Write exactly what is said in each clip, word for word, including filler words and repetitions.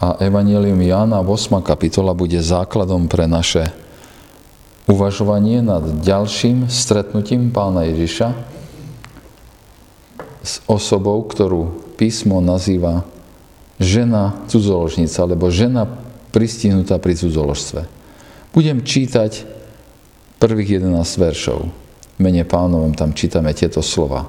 A Evangelium Jána, ôsma kapitola, bude základom pre naše uvažovanie nad ďalším stretnutím Pána Ježiša s osobou, ktorú písmo nazýva žena cudzoložnica, alebo žena pristihnutá pri cudzoložstve. Budem čítať prvých jedenásť veršov. V mene Pánovom tam čítame tieto slova.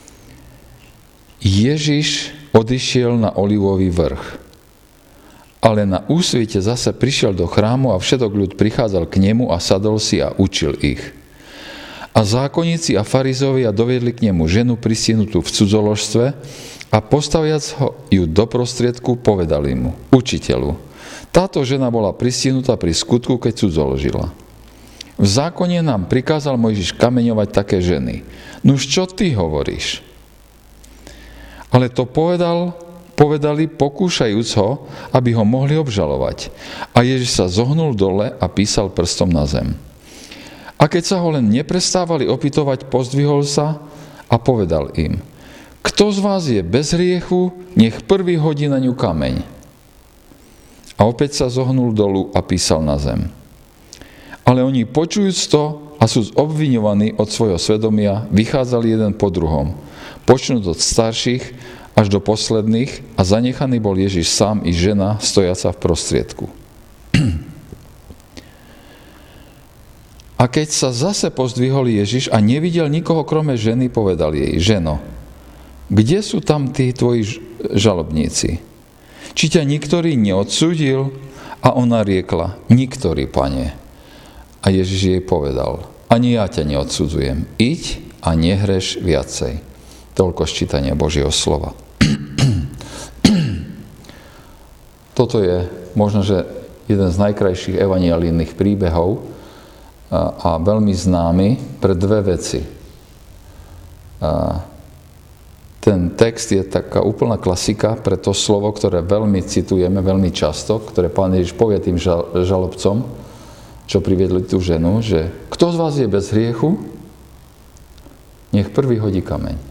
Ježiš odišiel na Olivový vrch, ale na úsvite zase prišiel do chrámu a všetok ľud prichádzal k nemu a sadol si a učil ich. A zákonníci a farizovia doviedli k nemu ženu pristihnutú v cudzoložstve a postaviac ho ju do prostriedku povedali mu, učiteľu, táto žena bola pristihnutá pri skutku, keď cudzoložila. V zákone nám prikázal Mojžiš kameňovať také ženy. Nuž čo ty hovoríš? Ale to povedal povedali, pokúšajúc ho, aby ho mohli obžalovať. A Ježiš sa zohnul dole a písal prstom na zem. A keď sa ho len neprestávali opytovať, pozdvihol sa a povedal im, kto z vás je bez hriechu, nech prvý hodí na ňu kameň. A opäť sa zohnul dolu a písal na zem. Ale oni počujúc to a sú obviňovaní od svojho svedomia, vychádzali jeden po druhom, počnúť od starších až do posledných a zanechaný bol Ježiš sám i žena stojaca v prostriedku. A keď sa zase pozdvihol Ježiš a nevidel nikoho krome ženy, povedal jej, ženo, kde sú tam tí tvoji žalobníci? Či ťa niktorý neodsúdil? A ona riekla, niktorý, pane. A Ježiš jej povedal, ani ja ťa neodsudzujem, iď a nehreš viacej. Toľko ščítania Božieho slova. Toto je možno, že jeden z najkrajších evanjeliálnych príbehov a, a veľmi známy pre dve veci. A ten text je taká úplná klasika pre to slovo, ktoré veľmi citujeme, veľmi často, ktoré Pán Ježiš povie tým žal, žalobcom, čo priviedli tú ženu, že kto z vás je bez hriechu, nech prvý hodí kameň.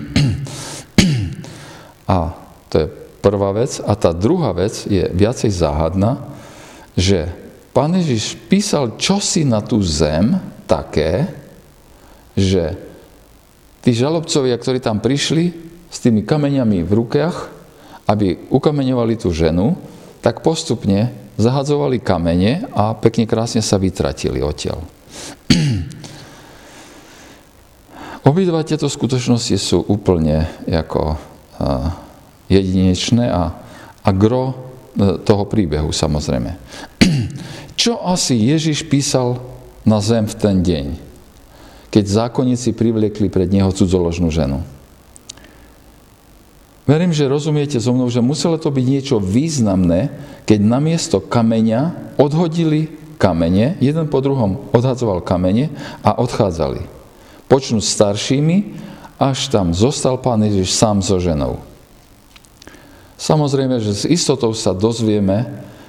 A to je prvá vec. A tá druhá vec je viacej záhadná, že Pán Ježiš písal čosi na tú zem také, že tí žalobcovia, ktorí tam prišli s tými kameňami v rukách, aby ukameňovali tú ženu, tak postupne zahadzovali kamene a pekne krásne sa vytratili odtiaľ. Obidva tieto skutočnosti sú úplne ako jedinečné a, a gro toho príbehu, samozrejme. Čo asi Ježiš písal na zem v ten deň, keď zákonníci privliekli pred neho cudzoložnú ženu? Verím, že rozumiete so mnou, že muselo to byť niečo významné, keď namiesto kameňa odhodili kamene, jeden po druhom odhadzoval kamene a odchádzali. Počnú staršími, až tam zostal Pán Ježiš sám so ženou. Samozrejme, že s istotou sa dozvieme,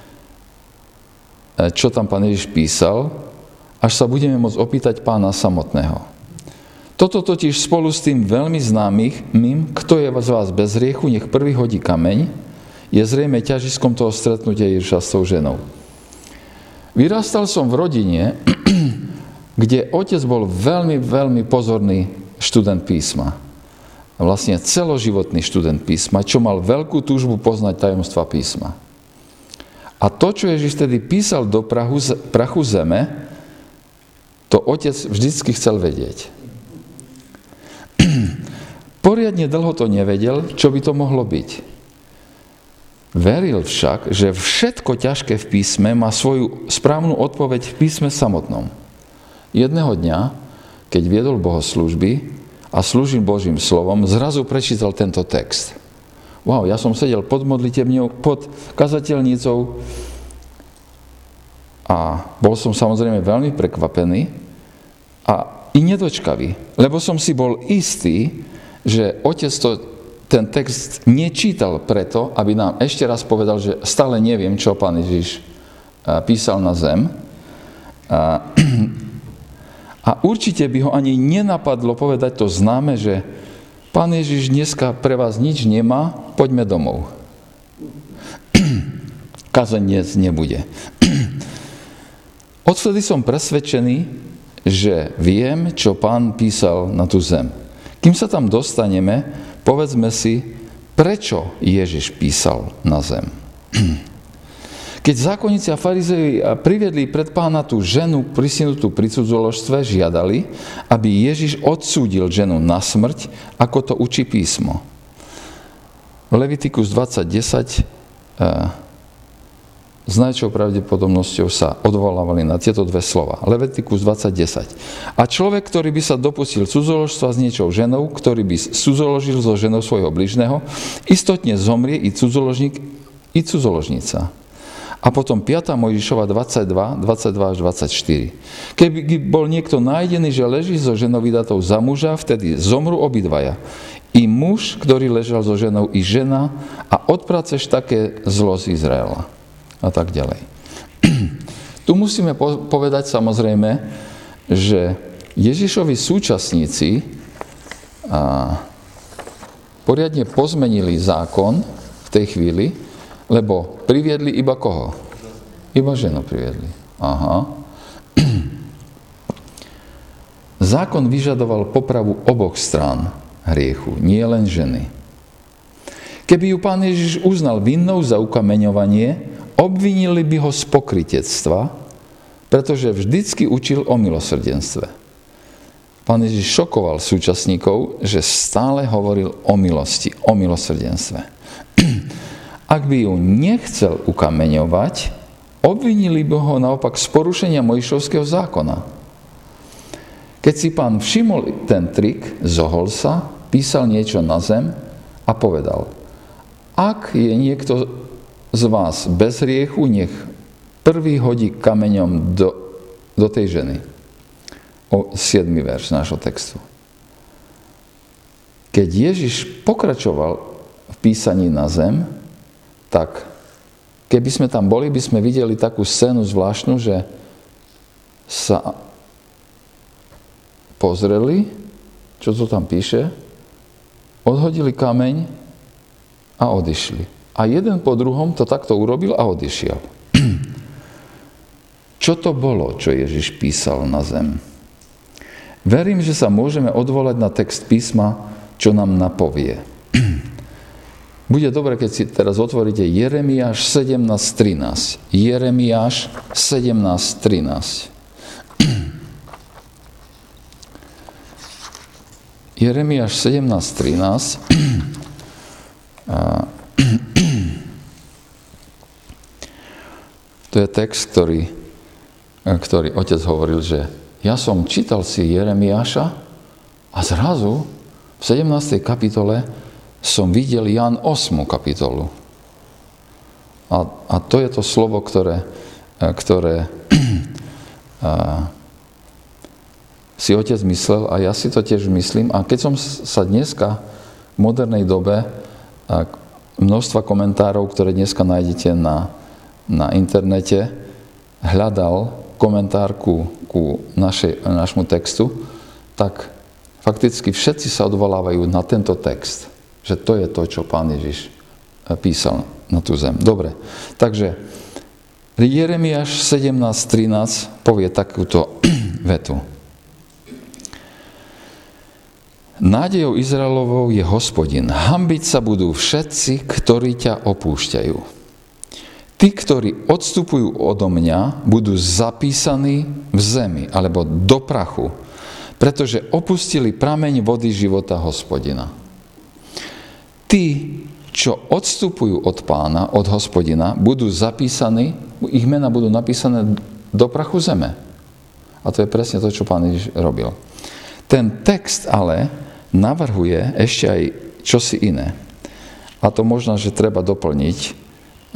čo tam Pán Ježiš písal, až sa budeme môcť opýtať Pána samotného. Toto totiž spolu s tým veľmi známym, kto je z vás bez hriechu, nech prvý hodí kameň, je zrejme ťažiskom toho stretnutia Ježiša s tou ženou. Vyrastal som v rodine, kde otec bol veľmi, veľmi pozorný študent písma. Vlastne celoživotný študent písma, čo mal veľkú túžbu poznať tajomstva písma. A to, čo Ježiš tedy písal do prahu, prachu zeme, to otec vždycky chcel vedieť. Poriadne dlho to nevedel, čo by to mohlo byť. Veril však, že všetko ťažké v písme má svoju správnu odpoveď v písme samotnom. Jedného dňa, keď viedol bohoslúžby a slúžil Božím slovom, zrazu prečítal tento text. Wow, ja som sedel pod modlitebňou, pod kazateľnicou a bol som samozrejme veľmi prekvapený a i nedočkavý, lebo som si bol istý, že otec to, ten text nečítal preto, aby nám ešte raz povedal, že stále neviem, čo Pán Ježiš písal na zem. A, a určite by ho ani nenapadlo povedať to známe, že Pán Ježiš dneska pre vás nič nemá, poďme domov. kazeň dnes nebude. Odvtedy som presvedčený, že viem, čo Pán písal na tú zem. Kým sa tam dostaneme, povedzme si, prečo Ježiš písal na zem. Keď zákonníci a farizei priviedli pred Pána tú ženu prisinutú pri cudzoložstve, žiadali, aby Ježiš odsúdil ženu na smrť, ako to učí písmo. Levitikus dvadsať desať s najväčšou pravdepodobnosťou sa odvolávali na tieto dve slova. Levitikus dvadsať desať. A človek, ktorý by sa dopustil cudzoložstva s niečou ženou, ktorý by cudzoložil so ženou svojho bližného, istotne zomrie i cudzoložník, i cudzoložnica. A potom piata Mojžišova dvadsaťdva, dvadsaťdva až dvadsaťštyri. Keby bol niekto nájdený, že leží so ženou vydatou za muža, vtedy zomru obidvaja. I muž, ktorý ležal so ženou, i žena, a odpraceš také zlo z Izraela. A tak ďalej. Tu musíme povedať samozrejme, že Ježišovi súčasníci a, poriadne pozmenili zákon v tej chvíli, lebo priviedli iba koho? Iba ženu priviedli. Aha. Zákon vyžadoval popravu oboch strán hriechu, nie len ženy. Keby ju Pán Ježiš uznal vinnou za ukameňovanie, obvinili by ho z pokrytectva, pretože vždycky učil o milosrdenstve. Pán Ježiš šokoval súčasníkov, že stále hovoril o milosti, o milosrdenstve. Ak by ju nechcel ukameňovať, obvinili by ho naopak z porušenia Mojžišovského zákona. Keď si Pán všimol ten trik, zohol sa, písal niečo na zem a povedal: ak je niekto z vás bez hriechu, nech prvý hodí kameňom do, do tej ženy. O siedmy verš nášho textu. Keď Ježiš pokračoval v písaní na zem, tak keby sme tam boli, by sme videli takú scénu zvláštnu, že sa pozreli, čo to tam píše, odhodili kameň a odišli. A jeden po druhom to takto urobil a odišiel. Čo to bolo, čo Ježiš písal na zem? Verím, že sa môžeme odvolať na text písma, čo nám napovie. Bude dobre, keď si teraz otvoríte Jeremiáš sedemnásť trinásť. Jeremiáš sedemnásť trinásť. Jeremiáš sedemnásť trinásť. To je text, ktorý, ktorý otec hovoril, že ja som čítal si Jeremiáša a zrazu v sedemnástej kapitole som videl Ján ôsmu kapitolu. A, a to je to slovo, ktoré, ktoré a, si otec myslel a ja si to tiež myslím. A keď som sa dneska v modernej dobe a množstva komentárov, ktoré dneska nájdete na na internete, hľadal komentár ku, ku našej, našmu textu, tak fakticky všetci sa odvolávajú na tento text, že to je to, čo Pán Ježiš písal na tú zem. Dobre, takže Jeremiáš sedemnásť trinásť povie takúto vetu. Nádejou Izraelovou je Hospodin. Hanbiť sa budú všetci, ktorí ťa opúšťajú. Tí, ktorí odstupujú odo mňa, budú zapísaní v zemi, alebo do prachu, pretože opustili prameň vody života Hospodina. Tí, čo odstupujú od Pána, od Hospodina, budú zapísaní, ich mena budú napísané do prachu zeme. A to je presne to, čo Pán Ježiš robil. Ten text ale navrhuje ešte aj čosi iné. A to možno, že treba doplniť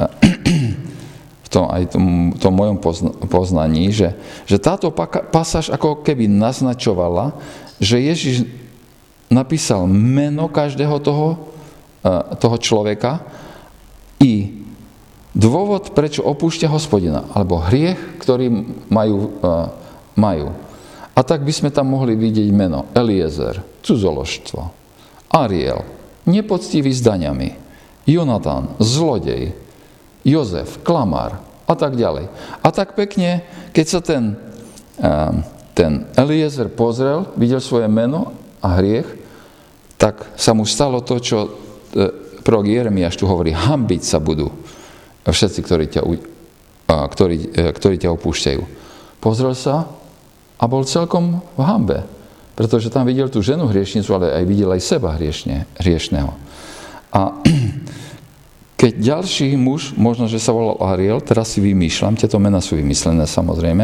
v tom, aj tom, tom mojom poznaní, že, že táto pasáž ako keby naznačovala, že Ježiš napísal meno každého toho, toho človeka i dôvod, prečo opúšťa Hospodina, alebo hriech, ktorý majú, majú. A tak by sme tam mohli vidieť meno Eliezer, cudzoložstvo, Ariel, nepoctivý s daňami, Jonatan, zlodej, Jozef, klamár a tak ďalej. A tak pekne, keď sa ten, ten Eliezer pozrel, videl svoje meno a hriech, tak sa mu stalo to, čo prorok Jeremiáš tu hovorí, hanbiť sa budú všetci, ktorí ťa, ktorí, ktorí ťa opúšťajú. Pozrel sa a bol celkom v hanbe, pretože tam videl tú ženu hriešnicu, ale aj videl aj seba hriešne, hriešného. A keď ďalší muž, možno, že sa volal Ariel, teraz si vymýšľam, tieto mená sú vymyslené samozrejme,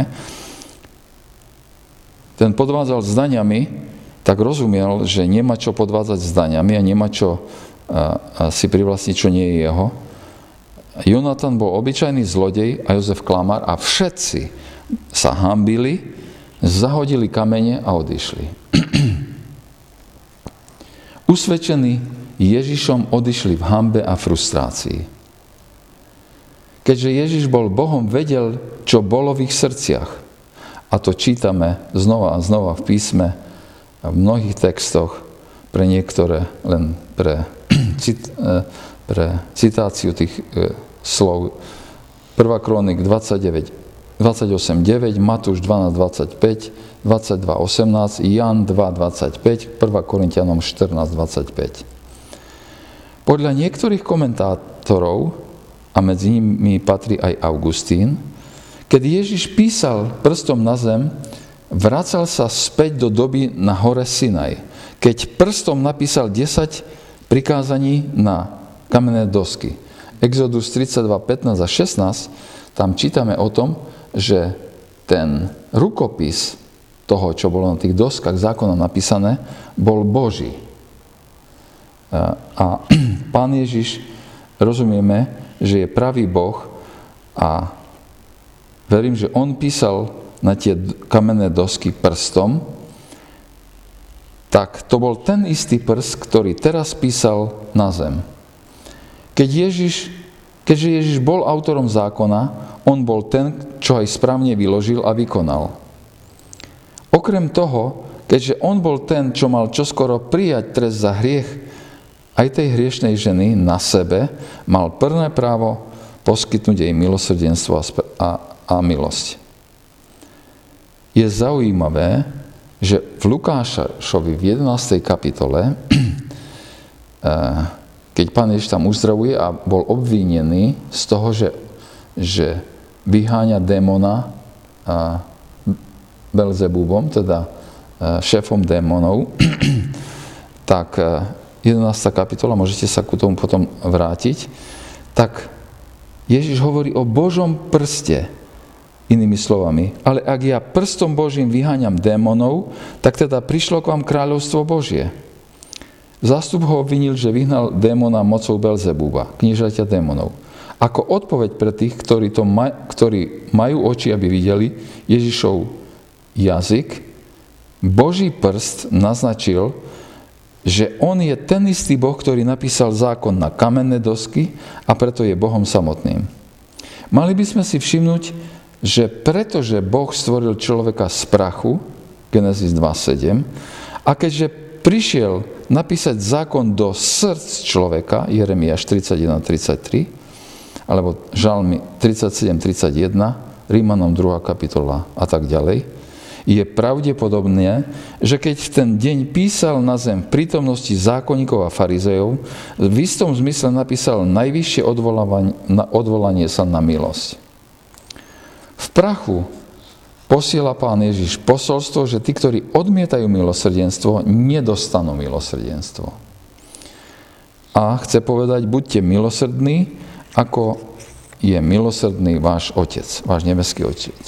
ten podvádzal s daňami, tak rozumiel, že nemá čo podvádzať s daňami a nemá čo a, a si privlastniť, čo nie je jeho. Jonatan bol obyčajný zlodej a Jozef klamár a všetci sa hanbili, zahodili kamene a odišli. Usvedčení Ježišom odišli v hanbe a frustrácii. Keďže Ježiš bol Bohom, vedel, čo bolo v ich srdciach. A to čítame znova a znova v písme, v mnohých textoch, pre niektoré len pre, cit, pre citáciu tých slov. prvá Krónik dvadsaťdeväť, dvadsaťosem deväť, Matúš dvanásť dvadsaťpäť, dvadsaťdva osemnásť, Jan dva dvadsaťpäť, prvá Korinťanom štrnásť dvadsaťpäť. Podľa niektorých komentátorov, a medzi nimi patrí aj Augustín, keď Ježiš písal prstom na zem, vracal sa späť do doby na hore Sinaj, keď prstom napísal desať prikázaní na kamenné dosky. Exodus tridsaťdva pätnásť a šestnásť, tam čítame o tom, že ten rukopis toho, čo bolo na tých doskách zákona napísané, bol Boží. A Pán Ježiš, rozumieme, že je pravý Boh a verím, že on písal na tie kamenné dosky prstom, tak to bol ten istý prst, ktorý teraz písal na zem. Keď Ježiš, keďže Ježiš bol autorom zákona, on bol ten, čo aj správne vyložil a vykonal. Okrem toho, keďže on bol ten, čo mal čoskoro prijať trest za hriech aj tej hriešnej ženy na sebe, mal plné právo poskytnúť jej milosrdenstvo a, a, a milosť. Je zaujímavé, že v Lukášovi v jedenástej kapitole, keď Pán Ježiš tam uzdravuje a bol obvinený z toho, že, že vyháňa démona Belzebubom, teda šéfom démonov, tak jedenásta kapitola, môžete sa ku tomu potom vrátiť, tak Ježiš hovorí o Božom prste, inými slovami, ale ak ja prstom Božím vyháňam démonov, tak teda prišlo k vám kráľovstvo Božie. Zástup ho obvinil, že vyhnal démona mocou Belzebuba, kniežaťa démonov. Ako odpoveď pre tých, ktorí, to maj, ktorí majú oči, aby videli Ježišov jazyk, Boží prst naznačil, že on je ten istý Boh, ktorý napísal zákon na kamenné dosky a preto je Bohom samotným. Mali by sme si všimnúť, že pretože Boh stvoril človeka z prachu, Genesis dva sedem, a keďže prišiel napísať zákon do srdc človeka, Jeremiáš tridsaťjeden tridsaťtri, alebo Žalmy tridsaťsedem tridsaťjeden, Rímanom druhá kapitola a tak ďalej, je pravdepodobné, že keď v ten deň písal na zem v prítomnosti zákonníkov a farizejov, v istom zmysle napísal najvyššie odvolanie sa na milosť. V prachu posiela Pán Ježiš posolstvo, že tí, ktorí odmietajú milosrdenstvo, nedostanú milosrdenstvo. A chce povedať, buďte milosrdní, ako je milosrdný váš Otec, váš nebeský Otec.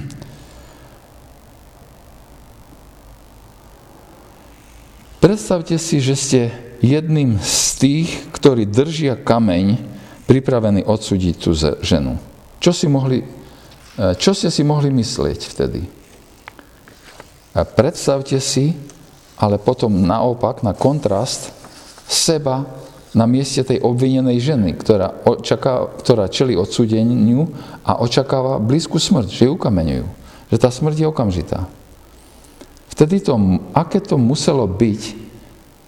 Predstavte si, že ste jedným z tých, ktorí držia kameň, pripravený odsúdiť tú ženu. Čo si mohli, čo ste si mohli myslieť vtedy? A predstavte si, ale potom naopak, na kontrast, seba na mieste tej obvinenej ženy, ktorá, očaká, ktorá čelí odsúdeniu a očakáva blízku smrť, že ju ukameňujú, že tá smrť je okamžitá. Vtedy to, aké to muselo byť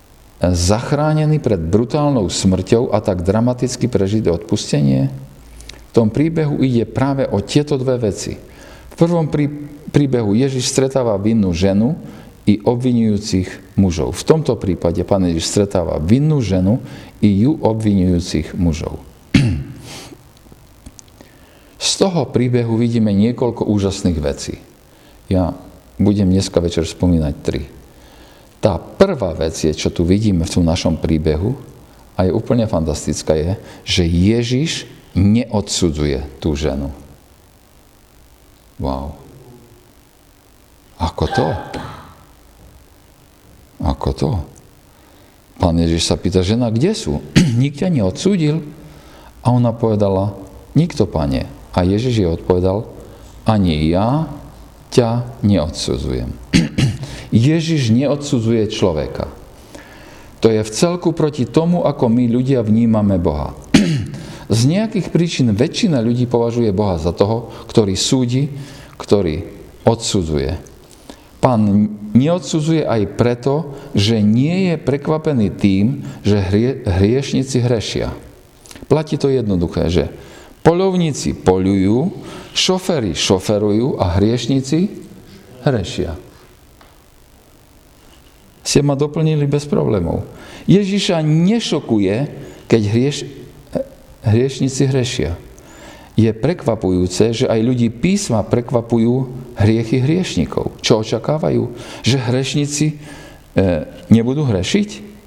zachránený pred brutálnou smrťou a tak dramaticky prežiť odpustenie? V tom príbehu ide práve o tieto dve veci. V prvom prí, príbehu Ježiš stretáva vinnú ženu i obvinujúcich mužov. V tomto prípade Pán Ježiš stretáva vinnú ženu i ju obvinujúcich mužov. Z toho príbehu vidíme niekoľko úžasných vecí. Ja budem dneska večer spomínať tri. Tá prvá vec je, čo tu vidíme v tom našom príbehu, a je úplne fantastická, je, že Ježiš neodsudzuje tú ženu. Wow. Ako to? Ako to? Pán Ježiš sa pýta, žena, kde sú? Nik ťa neodsúdil? A ona povedala, nikto, Pane. A Ježiš jej odpovedal, ani ja ťa neodsudzujem. Ježiš neodsudzuje človeka. To je v celku proti tomu, ako my ľudia vnímame Boha. Z nejakých príčin väčšina ľudí považuje Boha za toho, ktorý súdi, ktorý odsudzuje. Pán neodsudzuje aj preto, že nie je prekvapený tým, že hrie, hriešnici hrešia. Platí to jednoduché, že poľovníci poľujú, šoféri šoferujú a hriešnici hrešia. Ste ma doplnili bez problémov. Ježiša nešokuje, keď hrieš, hriešnici hrešia. Je prekvapujúce, že aj ľudí písma prekvapujú hriechy hriešnikov. Čo očakávajú? Že hriešnici e, nebudú hrešiť?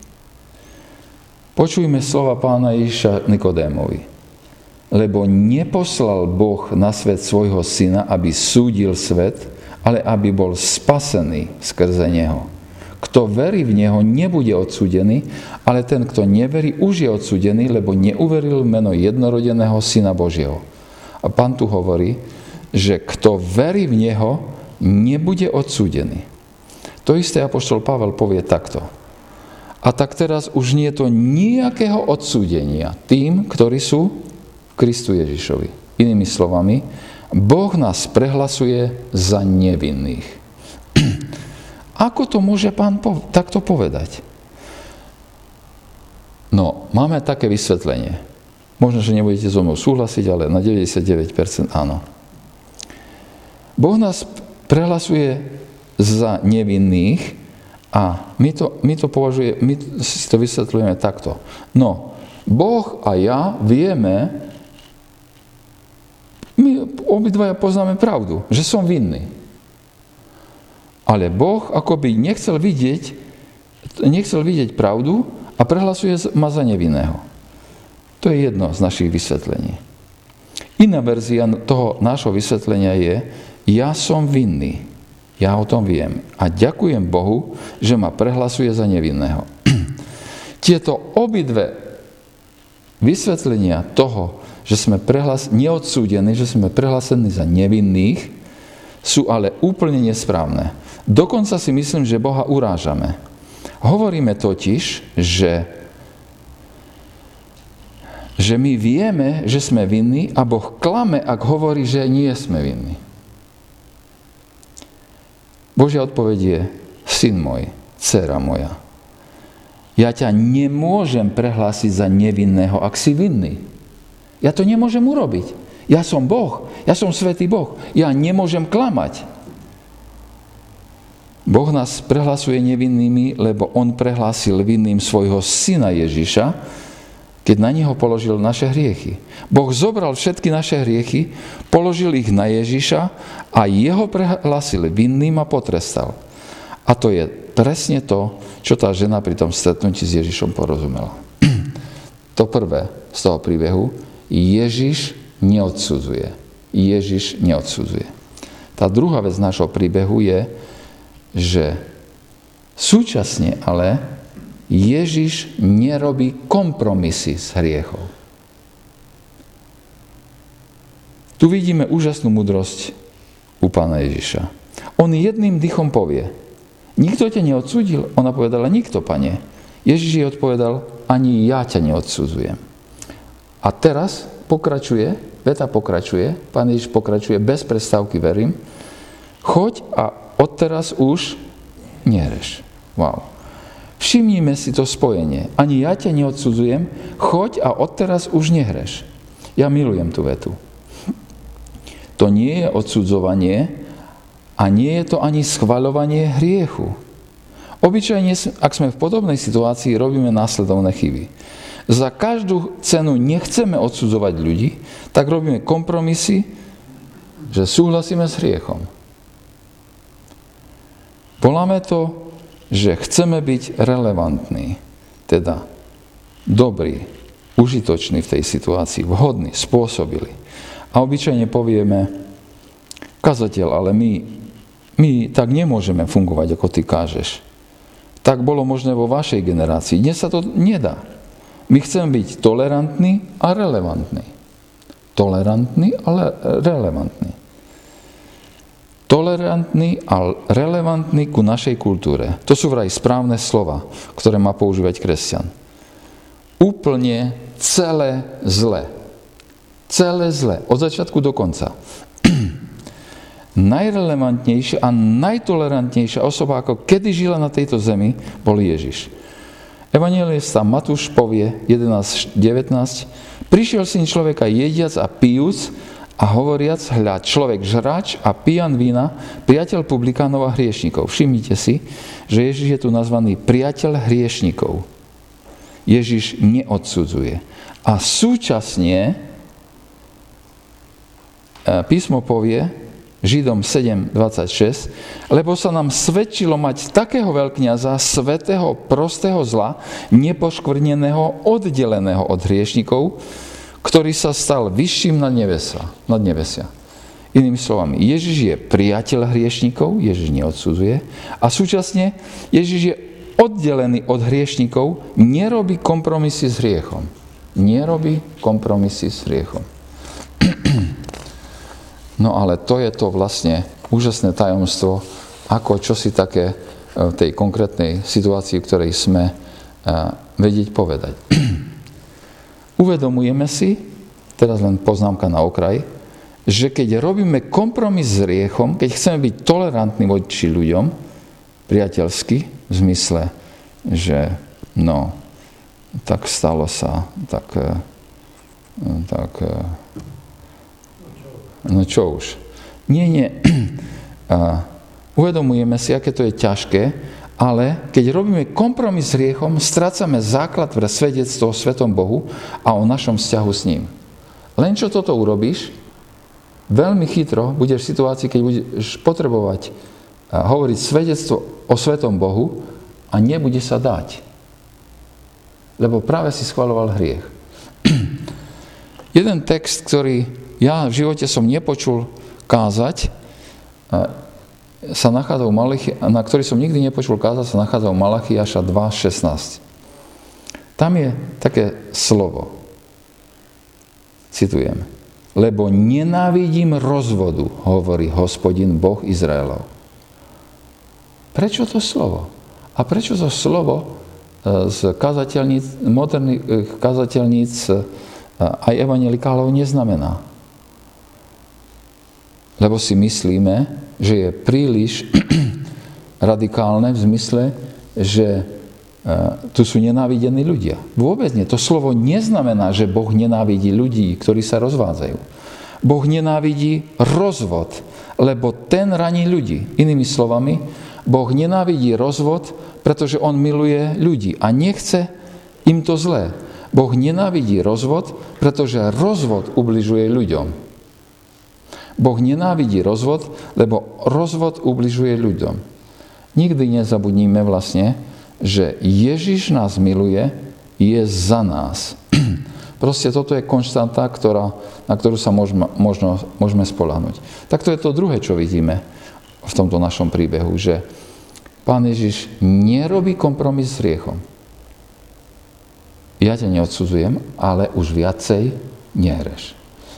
Počujme slova Pána Ježiša Nikodémovi. Lebo neposlal Boh na svet svojho syna, aby súdil svet, ale aby bol spasený skrze neho. Kto verí v neho, nebude odsúdený, ale ten, kto neverí, už je odsúdený, lebo neuveril meno jednorodeného Syna Božieho. A Pán tu hovorí, že kto verí v neho, nebude odsúdený. To isté apoštol Pavel povie takto. A tak teraz už nie je to nejakého odsúdenia tým, ktorí sú v Kristu Ježišovi. Inými slovami, Boh nás prehlasuje za nevinných. Ako to môže Pán pov- takto povedať? No, máme také vysvetlenie. Možno, že nebudete so mnou súhlasiť, ale na deväťdesiatdeväť percent áno. Boh nás prehlasuje za nevinných a my to, my to považuje, my si to vysvetľujeme takto. No, Boh a ja vieme, my obidvaja poznáme pravdu, že som vinný. Ale Boh akoby nechcel vidieť, nechcel vidieť pravdu a prehlasuje ma za nevinného. To je jedno z našich vysvetlení. Iná verzia toho nášho vysvetlenia je, ja som vinný, ja o tom viem a ďakujem Bohu, že ma prehlasuje za nevinného. Tieto obidve vysvetlenia toho, že sme prehlas, neodsúdení, že sme prehlásení za nevinných, sú ale úplne nesprávne. Dokonca si myslím, že Boha urážame. Hovoríme totiž, že, že my vieme, že sme vinní a Boh klame, ak hovorí, že nie sme vinní. Božia odpoveď je, syn môj, dcera moja, ja ťa nemôžem prehlásiť za nevinného, ak si vinný. Ja to nemôžem urobiť. Ja som Boh, ja som svätý Boh, ja nemôžem klamať. Boh nás prehlasuje nevinnými, lebo on prehlásil vinným svojho syna Ježiša, keď na neho položil naše hriechy. Boh zobral všetky naše hriechy, položil ich na Ježiša a jeho prehlásil vinným a potrestal. A to je presne to, čo tá žena pri tom stretnutí s Ježišom porozumela. To prvé z toho príbehu, Ježiš neodsudzuje. Ježiš neodsudzuje. Tá druhá vec nášho príbehu je, že súčasne ale Ježiš nerobí kompromisy s hriechom. Tu vidíme úžasnú múdrosť u Pána Ježiša. On jedným dychom povie, nikto ťa neodsúdil? Ona povedala, nikto, Pane. Ježiš jej odpovedal, ani ja ťa neodsudzujem. A teraz pokračuje, veta pokračuje, Pán Ježiš pokračuje bez prestávky, verím, choď a odteraz už nehreš. Wow. Všimnime si to spojenie. Ani ja ťa neodsudzujem, choď a odteraz už nehreš. Ja milujem tú vetu. To nie je odsudzovanie a nie je to ani schvaľovanie hriechu. Obyčajne, ak sme v podobnej situácii, robíme následovné chyby. Za každú cenu nechceme odsudzovať ľudí, tak robíme kompromisy, že súhlasíme s hriechom. Voláme to, že chceme byť relevantní, teda dobrí, užitoční v tej situácii, vhodní, spôsobili. A obyčajne povieme, kazateľ, ale my, my tak nemôžeme fungovať, ako ty kážeš. Tak bolo možné vo vašej generácii. Dnes sa to nedá. My chceme byť tolerantní a relevantní. Tolerantní, ale relevantní. Tolerantní a relevantní ku našej kultúre. To sú vraj správne slova, ktoré má používať kresťan. Úplne celé zle. Celé zle. Od začiatku do konca. Najrelevantnejšia a najtolerantnejšia osoba, ako kedy žila na tejto zemi, bol Ježiš. Evanjelista Matúš povie jedenásť devätnásť: Prišiel syn človeka jediac a pijúc a hovoriac, hľa, človek žrač a pijan vína, priateľ publikánov a hriešnikov. Všimnite si, že Ježiš je tu nazvaný priateľ hriešnikov. Ježiš neodsudzuje. A súčasne písmo povie, Židom sedem dvadsaťšesť, lebo sa nám svedčilo mať takého veľkňaza, svätého, prostého zla, nepoškvrneného, oddeleného od hriešnikov, ktorý sa stal vyšším nad nebesia. Nad nebesia. Inými slovami, Ježiš je priateľ hriešnikov, Ježiš neodsudzuje, a súčasne Ježiš je oddelený od hriešnikov, nerobí kompromisy s hriechom. Nerobí kompromisy s hriechom. No ale to je to vlastne úžasné tajomstvo, ako čosi také v tej konkrétnej situácii, v ktorej sme, vedieť povedať. Uvedomujeme si, teraz len poznámka na okraj, že keď robíme kompromis s hriechom, keď chceme byť tolerantní voči ľuďom, priateľsky, v zmysle, že no, tak stalo sa, tak, tak no čo už. Nie, nie. Uvedomujeme si, aké to je ťažké, ale keď robíme kompromis s hriechom, strácame základ pre svedectvo o svetom Bohu a o našom vzťahu s ním. Len čo toto urobíš, veľmi chytro budeš v situácii, keď budeš potrebovať hovoriť svedectvo o svetom Bohu a nebude sa dať. Lebo práve si schvaľoval hriech. Jeden text, ktorý ja v živote som nepočul kázať, sa nachádza v Malachi, na ktorý som nikdy nepočul kázať, sa nachádza v Malachiáša dva šestnásť. Tam je také slovo. Citujem. Lebo nenávidím rozvodu, hovorí Hospodin Boh Izraelov. Prečo to slovo? A prečo to slovo z kazateľníc, moderných kazateľníc aj evanjelikálov neznamená? Lebo si myslíme, že je príliš radikálne v zmysle, že tu sú nenávidení ľudia. Vôbec nie. To slovo neznamená, že Boh nenávidí ľudí, ktorí sa rozvádzajú. Boh nenávidí rozvod, lebo ten raní ľudí. Inými slovami, Boh nenávidí rozvod, pretože on miluje ľudí a nechce im to zlé. Boh nenávidí rozvod, pretože rozvod ubližuje ľuďom. Boh nenávidí rozvod, lebo rozvod ubližuje ľuďom. Nikdy nezabudníme vlastne, že Ježiš nás miluje, je za nás. Proste toto je konštanta, ktorá, na ktorú sa môžeme, možno, môžeme spoľahnúť. Tak to je to druhé, čo vidíme v tomto našom príbehu, že Pán Ježiš nerobí kompromis s hriechom. Ja ťa neodsudzujem, ale už viacej nehreš.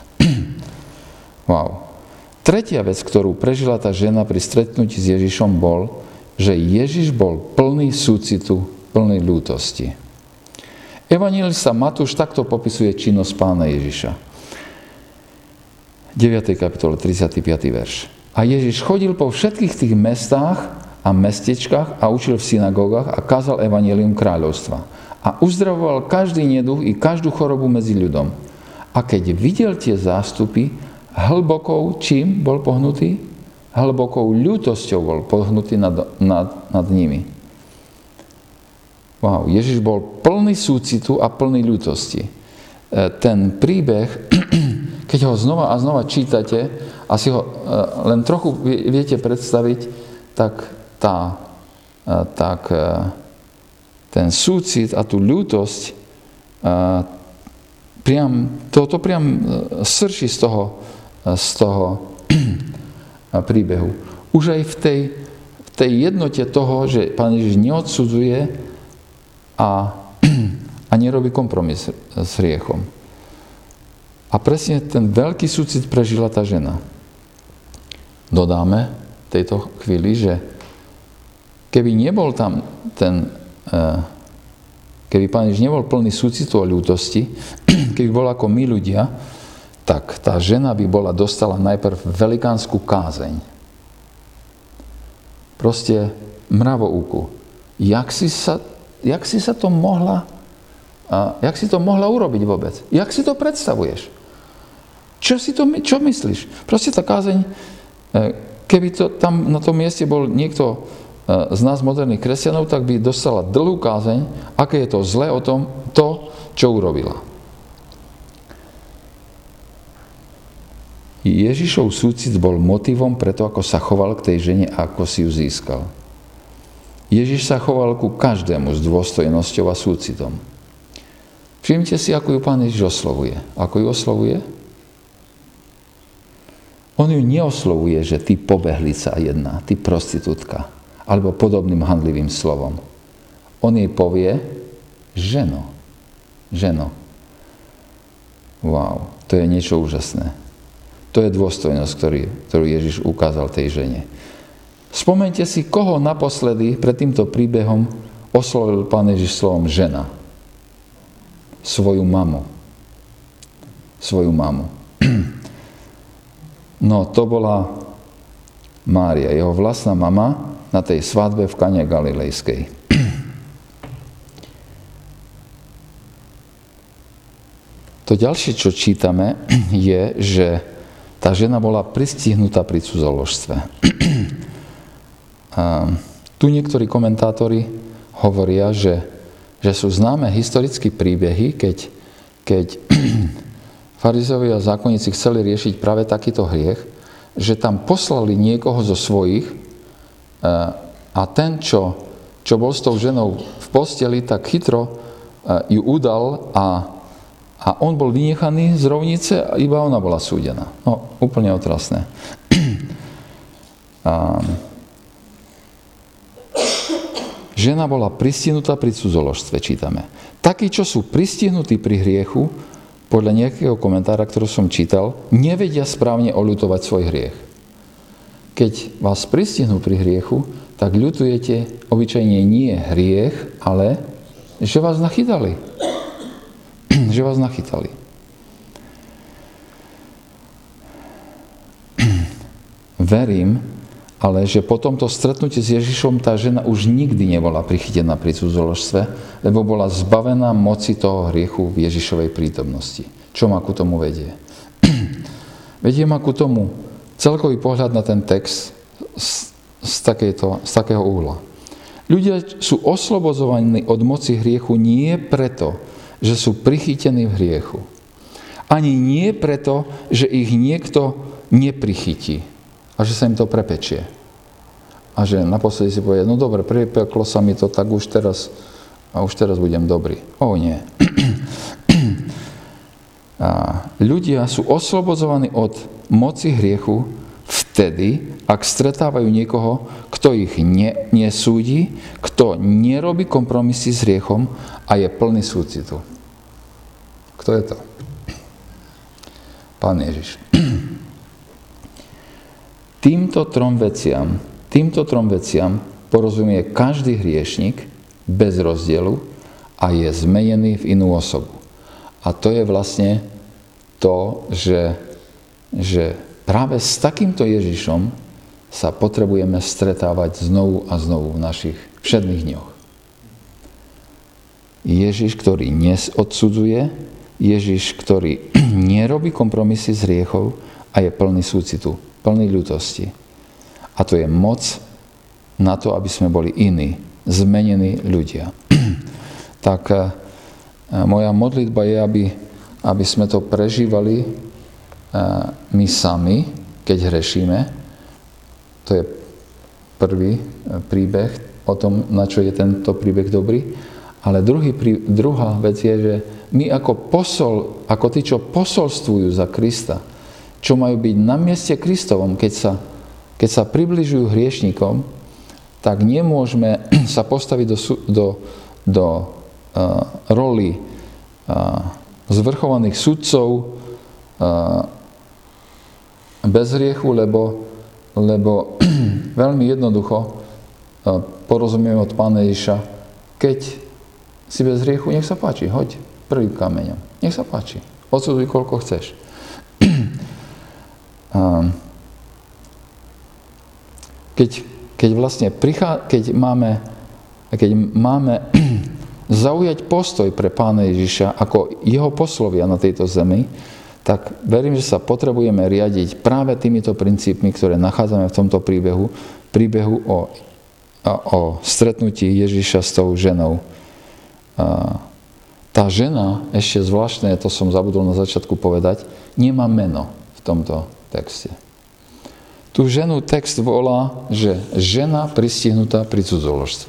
Wow. Tretia vec, ktorú prežila tá žena pri stretnutí s Ježišom, bol, že Ježiš bol plný súcitu, plný ľútosti. Evanjelista Matúš takto popisuje činnosť Pána Ježiša. deviatej kapitole, tridsiaty piaty verš. A Ježiš chodil po všetkých tých mestách a mestečkách a učil v synagógach a kázal evanjelium kráľovstva. A uzdravoval každý neduch i každú chorobu medzi ľudom. a keď videl tie zástupy, hlbokou čím bol pohnutý? Hlbokou ľútosťou bol pohnutý nad, nad, nad nimi. Wow, Ježiš bol plný súcitu a plný ľútosti. Ten príbeh, keď ho znova a znova čítate a si ho len trochu viete predstaviť, tak, tá, tak ten súcit a tú ľútosť priam, to, to priam srší z toho, z toho príbehu. Už aj v tej, v tej jednote toho, že Pán Ježiš neodsudzuje a, a nerobí kompromis s hriechom. A presne ten veľký súcit prežila tá žena. Dodáme v tejto chvíli, že keby nebol tam ten, keby Pán Ježiš nebol plný súcitu a ľútosti, keby bol ako my ľudia, tak tá žena by bola dostala najprv velikánsku kázeň. Proste mravoúku. Jak si sa, jak si sa to mohla, a jak si to mohla urobiť vôbec? Jak si to predstavuješ? Čo si to, čo myslíš? Proste tá kázeň, keby to tam na tom mieste bol niekto z nás moderných kresťanov, tak by dostala dlhú kázeň, aké je to zlé o tom, to, čo urobila. Ježišov súcit bol motivom preto, ako sa choval k tej žene a ako si ju získal. Ježiš sa choval ku každému s dôstojnosťou a súcitom. Všimnite si, ako ju Pán Ježiš oslovuje. Ako ju oslovuje? On ju neoslovuje, že ty pobehlica jedna, ty prostitútka, alebo podobným handlivým slovom. On jej povie ženo. Ženo. Wow, to je niečo úžasné. To je dôstojnosť, ktorý, ktorú Ježiš ukázal tej žene. Spomeňte si, koho naposledy pred týmto príbehom oslovil Pán Ježiš slovom žena. Svoju mamu. Svoju mamu. No, to bola Mária, jeho vlastná mama na tej svadbe v Kane Galilejskej. To ďalšie, čo čítame, je, že tá žena bola pristihnutá pri cudzoložstve. A tu niektorí komentátori hovoria, že, že sú známe historické príbehy, keď, keď farizei a zákonníci chceli riešiť práve takýto hriech, že tam poslali niekoho zo svojich a ten, čo, čo bol s tou ženou v posteli, tak chytro ju udal a A on bol vynechaný z rovnice a iba ona bola súdená. No, úplne otrasné. A žena bola pristihnutá pri cudzoložstve, čítame. Takí, čo sú pristihnutí pri hriechu, podľa nejakého komentára, ktorý som čítal, nevedia správne oľutovať svoj hriech. Keď vás pristihnú pri hriechu, tak ľutujete obyčajne nie hriech, ale že vás nachytali. že vás nachytali. Verím, ale že po tomto stretnutí s Ježišom tá žena už nikdy nebola prichytená pri cudzoložstve, lebo bola zbavená moci toho hriechu v Ježišovej prítomnosti. Čo ma ku tomu vedie? Vedie ma ku tomu celkový pohľad na ten text z, z, takejto, z takého uhla. Ľudia sú oslobodzovaní od moci hriechu nie preto, že sú prichytení v hriechu. Ani nie preto, že ich niekto neprichytí a že sa im to prepečie. A že naposledy si povie, no dobre, prepeklo sa mi to, tak už teraz, a už teraz budem dobrý. O nie. A ľudia sú oslobodzovaní od moci hriechu vtedy, ak stretávajú niekoho, kto ich ne, nesúdi, kto nerobí kompromisy s hriechom a je plný súcitu. Kto je to? Pán Ježiš. Týmto trom veciam, týmto trom veciam porozumie každý hriešnik bez rozdielu a je zmenený v inú osobu. A to je vlastne to, že, že práve s takýmto Ježišom sa potrebujeme stretávať znovu a znovu v našich všedných dňoch. Ježiš, ktorý neodsudzuje, Ježiš, ktorý nerobí kompromisy s hriechov a je plný súcitu, plný ľútosti. A to je moc na to, aby sme boli iní, zmenení ľudia. Tak moja modlitba je, aby, aby sme to prežívali my sami, keď hrešíme. To je prvý príbeh o tom, na čo je tento príbeh dobrý. Ale druhý, druhá vec je, že my ako posol, ako tí, čo posolstvujú za Krista, čo majú byť na mieste Kristovom, keď sa, keď sa približujú hriešnikom, tak nemôžeme sa postaviť do, do, do uh, roli uh, zvrchovaných sudcov uh, bez hriechu, lebo, lebo veľmi jednoducho uh, porozumieme od Pána Ježiša, keď si bez hriechu, nech sa páči, hoď prvým kameňom. Nech sa páči. Odsudzuj, koľko chceš. keď, keď vlastne prichá, keď máme, keď máme zaujať postoj pre Pána Ježiša ako jeho poslovia na tejto zemi, tak verím, že sa potrebujeme riadiť práve týmito princípmi, ktoré nachádzame v tomto príbehu, príbehu o, o stretnutí Ježiša s tou ženou. Tá žena, ešte zvláštne, to som zabudol na začiatku povedať, nemá meno v tomto texte. Tú ženu text volá, že žena pristihnutá pri cudzoložstve.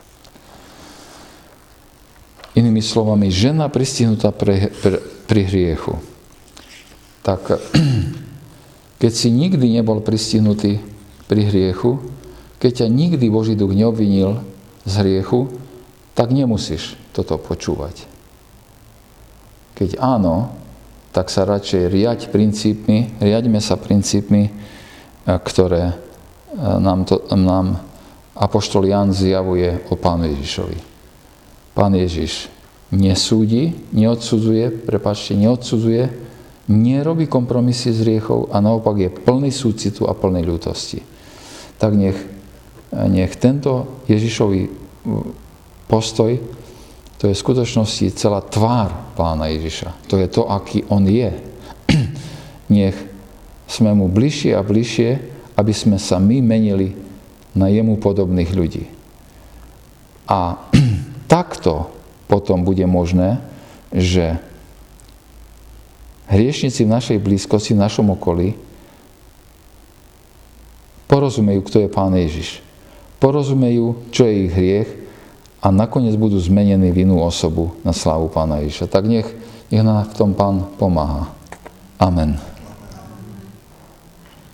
Inými slovami, žena pristihnutá pri, pri, pri hriechu. Tak keď si nikdy nebol pristihnutý pri hriechu, keď ťa nikdy Boží duch neobvinil z hriechu, tak nemusíš toto počúvať. Keď áno, tak sa radšej riaď princípmi, riaďme sa princípmi, ktoré nám, to, nám apoštol Ján zjavuje o Pánu Ježišovi. Pán Ježiš nesúdi, neodsudzuje, prepáčte, neodsudzuje, nerobí kompromisy s hriechov a naopak je plný súcitu a plný ľútosti. Tak nech, nech tento Ježišový postoj, to je v skutočnosti celá tvár Pána Ježiša. To je to, aký on je. Nech sme mu bližšie a bližšie, aby sme sa my menili na jemu podobných ľudí. A takto potom bude možné, že hriešnici v našej blízkosti, v našom okolí porozumejú, kto je Pán Ježiš. Porozumejú, čo je ich hriech a nakoniec budú zmenení v inú osobu na slávu Pána Ježiša. Tak nech, nech nám v tom Pán pomáha. Amen.